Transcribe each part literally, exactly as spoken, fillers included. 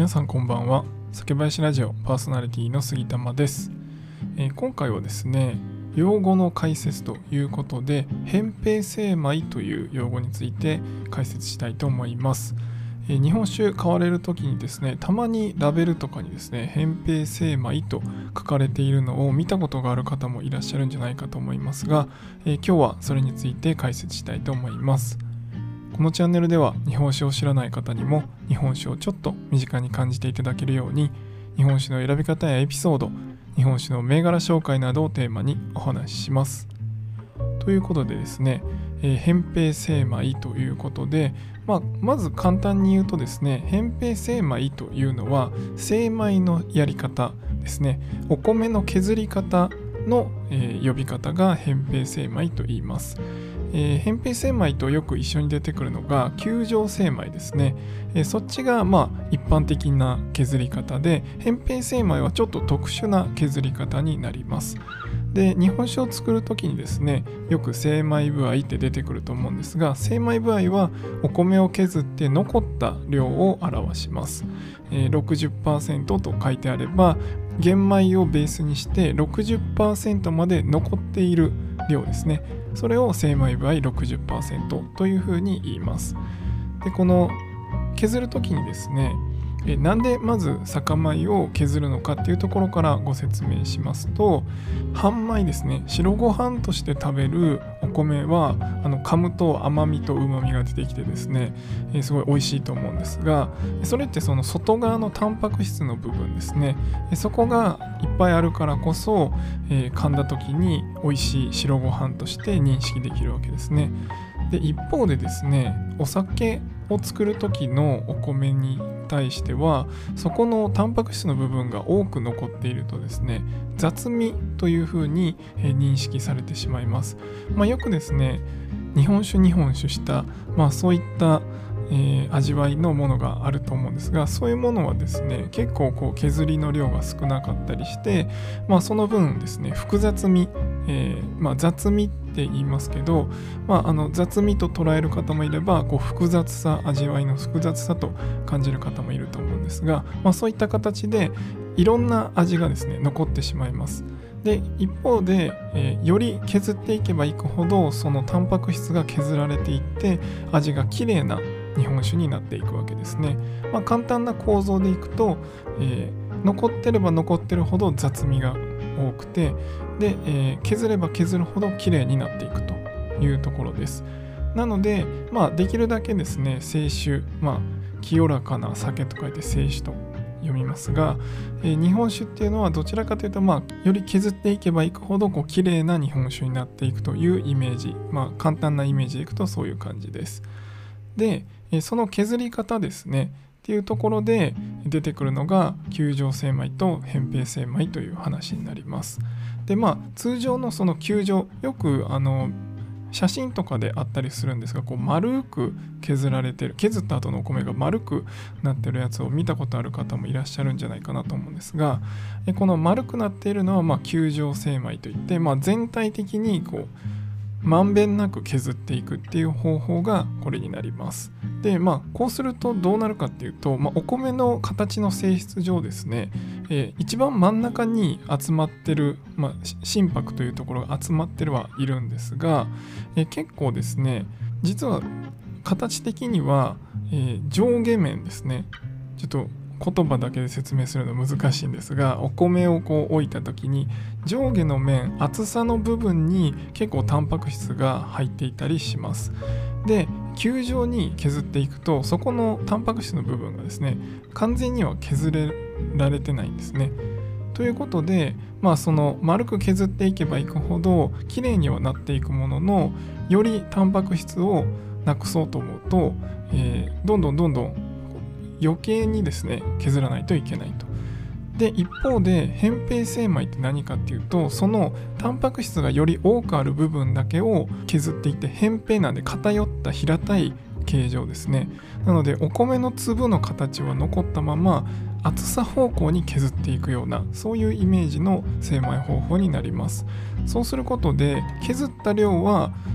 皆さんこんばんは。酒林ラジオパーソナリティの杉玉です。えー、今回はですね、用語の解説ということで、扁平精米という用語について解説したいと思います。えー、日本酒買われるときにですね、たまにラベルとかにですね、扁平精米と書かれているのを見たことがある方もいらっしゃるんじゃないかと思いますが、えー、今日はそれについて解説したいと思います。このチャンネルでは日本酒を知らない方にも日本酒をちょっと身近に感じていただけるように、日本酒の選び方やエピソード、日本酒の銘柄紹介などをテーマにお話しします。ということでですね、えー、扁平精米ということで、まあ、まず簡単に言うとですね、扁平精米というのは精米のやり方ですね。お米の削り方の、えー、呼び方が扁平精米と言います。えー、扁平精米とよく一緒に出てくるのが球状精米ですね。えー、そっちがまあ一般的な削り方で、扁平精米はちょっと特殊な削り方になります。で、日本酒を作るときにですね、よく精米部合って出てくると思うんですが、精米部合はお米を削って残った量を表します。えー、ろくじゅっパーセント と書いてあれば、玄米をベースにして ろくじゅっパーセント まで残っている量ですね。それを精米部合 ろくじゅっパーセント というふうに言います。で、この削るときにですね、えなんでまず酒米を削るのかっていうところからご説明しますと、半米ですね、白ご飯として食べるお米はあの噛むと甘みと旨みが出てきてですね、えすごい美味しいと思うんですが、それってその外側のタンパク質の部分ですね、そこがいっぱいあるからこそ、えー、噛んだ時に美味しい白ご飯として認識できるわけですね。で、一方でですね、お酒を作る時のお米に対しては、そこのタンパク質の部分が多く残っているとですね、雑味というふうに認識されてしまいます。まあ、よくですね、日本酒日本酒した、まあ、そういったえー、味わいのものがあると思うんですが、そういうものはですね、結構こう削りの量が少なかったりして、まあ、その分ですね、複雑味、えーまあ、雑味って言いますけど、まあ、あの雑味と捉える方もいれば、こう複雑さ、味わいの複雑さと感じる方もいると思うんですが、まあ、そういった形でいろんな味がですね残ってしまいます。で、一方で、えー、より削っていけばいくほど、そのタンパク質が削られていって味がきれいな日本酒になっていくわけですね。まあ、簡単な構造でいくと、えー、残ってれば残ってるほど雑味が多くて、で、えー、削れば削るほどきれいになっていくというところです。なので、まあ、できるだけですね、清酒、まあ、清らかな酒と書いて清酒と読みますが、えー、日本酒っていうのはどちらかというと、まあ、より削っていけばいくほどこう綺麗な日本酒になっていくというイメージ、まあ、簡単なイメージでいくとそういう感じです。で、その削り方ですねっていうところで出てくるのが球状精米と扁平精米という話になります。で、まあ通常のその球状、よくあの写真とかであったりするんですが、こう丸く削られてる、削った後のお米が丸くなってるやつを見たことある方もいらっしゃるんじゃないかなと思うんですが、この丸くなっているのはまあ球状精米といって、まあ、全体的にこうまんべんなく削っていくっていう方法がこれになります。で、まあこうするとどうなるかっていうと、まあ、お米の形の性質上ですね、えー、一番真ん中に集まってる、まあ、心拍というところが集まってるはいるんですが、えー、結構ですね、実は形的には、えー、上下面ですね、ちょっと言葉だけで説明するの難しいんですが、お米をこう置いた時に上下の面、厚さの部分に結構タンパク質が入っていたりします。で、球状に削っていくと、そこのタンパク質の部分がですね完全には削れられてないんですね。ということで、まあその丸く削っていけばいくほど綺麗にはなっていくものの、よりタンパク質をなくそうと思うと、えー、どんどんどんどん余計にですね削らないといけないと。で、一方で扁平精米って何かっていうと、そのタンパク質がより多くある部分だけを削っていって、扁平なんで偏った平たい形状ですね。なのでお米の粒の形は残ったまま厚さ方向に削っていくような、そういうイメージの精米方法になります。そうすることで削った量は、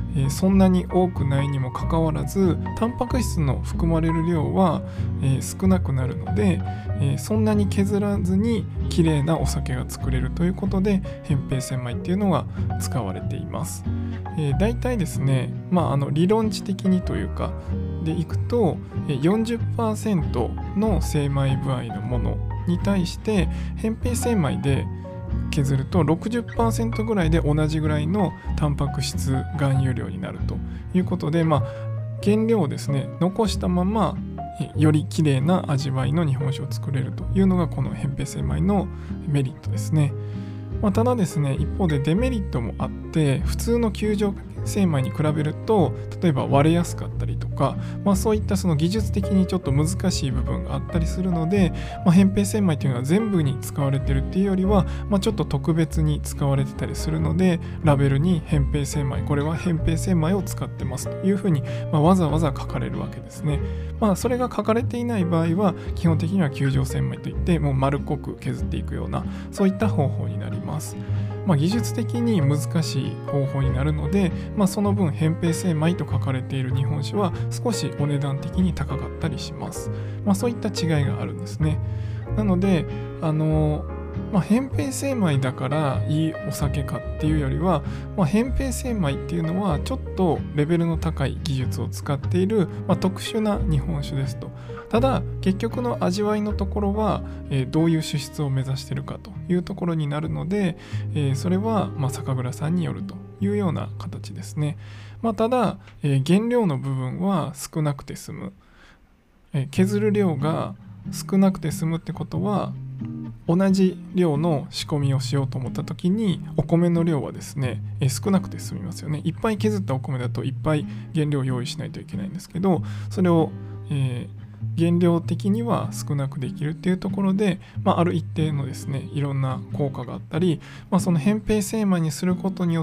えー、そんなに多くないにもかかわらずタンパク質の含まれる量は、えー、少なくなるので、えー、そんなに削らずに綺麗なお酒が作れるということで扁平精米っていうのが使われています。えー、だいたいですね、まあ、あの理論値的にというかでいくと よんじゅっパーセント の精米部合のものに対して扁平精米で削ると ろくじゅっパーセント ぐらいで同じぐらいのタンパク質含有量になるということで、まあ、原料をですね残したままより綺麗な味わいの日本酒を作れるというのがこの扁平精米のメリットですね。まあ、ただですね、一方でデメリットもあって、普通の球状精米に比べると例えば割れやすかったりとか、まあ、そういったその技術的にちょっと難しい部分があったりするので、まあ、扁平精米というのは全部に使われてるっていうよりは、まあ、ちょっと特別に使われてたりするので、ラベルに扁平精米、これは扁平精米を使ってますというふうに、まあ、わざわざ書かれるわけですね。まあ、それが書かれていない場合は基本的には球状精米といってもう丸っこく削っていくようなそういった方法になります。まあ、技術的に難しい方法になるので、まあ、その分扁平精米と書かれている日本酒は少しお値段的に高かったりします。まあ、そういった違いがあるんですね。なのであのまあ、扁平精米だからいいお酒かっていうよりは、まあ、扁平精米っていうのはちょっとレベルの高い技術を使っている、まあ、特殊な日本酒ですと。ただ結局の味わいのところは、えー、どういう酒質を目指しているかというところになるので、えー、それはまあ酒蔵さんによるというような形ですね。まあ、ただ、えー、原料の部分は少なくて済む、えー、削る量が少なくて済むってことは同じ量の仕込みをしようと思った時にお米の量はですね、えー、少なくて済みますよね。いっぱい削ったお米だといっぱい原料を用意しないといけないんですけど、それを、えー原料的には少なくできるっていうところで、まあ、ある一定のですねいろんな効果があったり、まあ、その扁平精米にすることによって、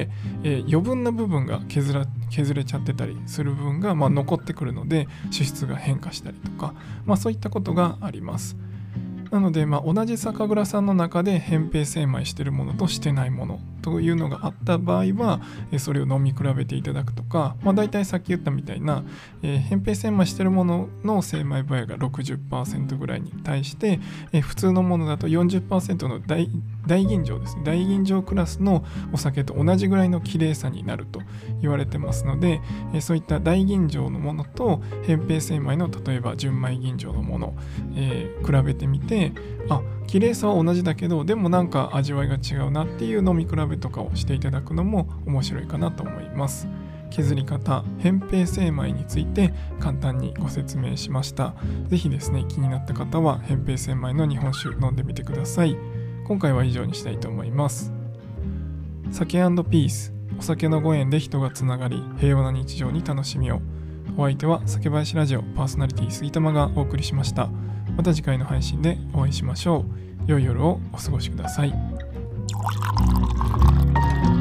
えー、余分な部分が削ら削れちゃってたりする部分が、まあ、残ってくるので酒質が変化したりとか、まあ、そういったことがあります。なので、まあ、同じ酒蔵さんの中で扁平精米しているものとしてないものというのがあった場合は、それを飲み比べていただくとか、まあ、大体さっき言ったみたいな、えー、扁平精米しているものの精米部合が ろくじゅっパーセント ぐらいに対して、えー、普通のものだと よんじゅっパーセント の 大, 大吟醸ですね。大吟醸クラスのお酒と同じぐらいの綺麗さになると言われてますので、えー、そういった大吟醸のものと扁平精米の例えば純米吟醸のもの、えー、比べてみて、あ、綺麗さは同じだけどでもなんか味わいが違うなっていう飲み比べとかをしていただくのも面白いかなと思います。削り方、扁平精米について簡単にご説明しました。ぜひですね、気になった方は扁平精米の日本酒飲んでみてください。今回は以上にしたいと思います。酒&ピース、お酒のご縁で人がつながり平和な日常に楽しみを。お相手は酒林ラジオパーソナリティ杉玉がお送りしました。また次回の配信でお会いしましょう。良い夜をお過ごしください。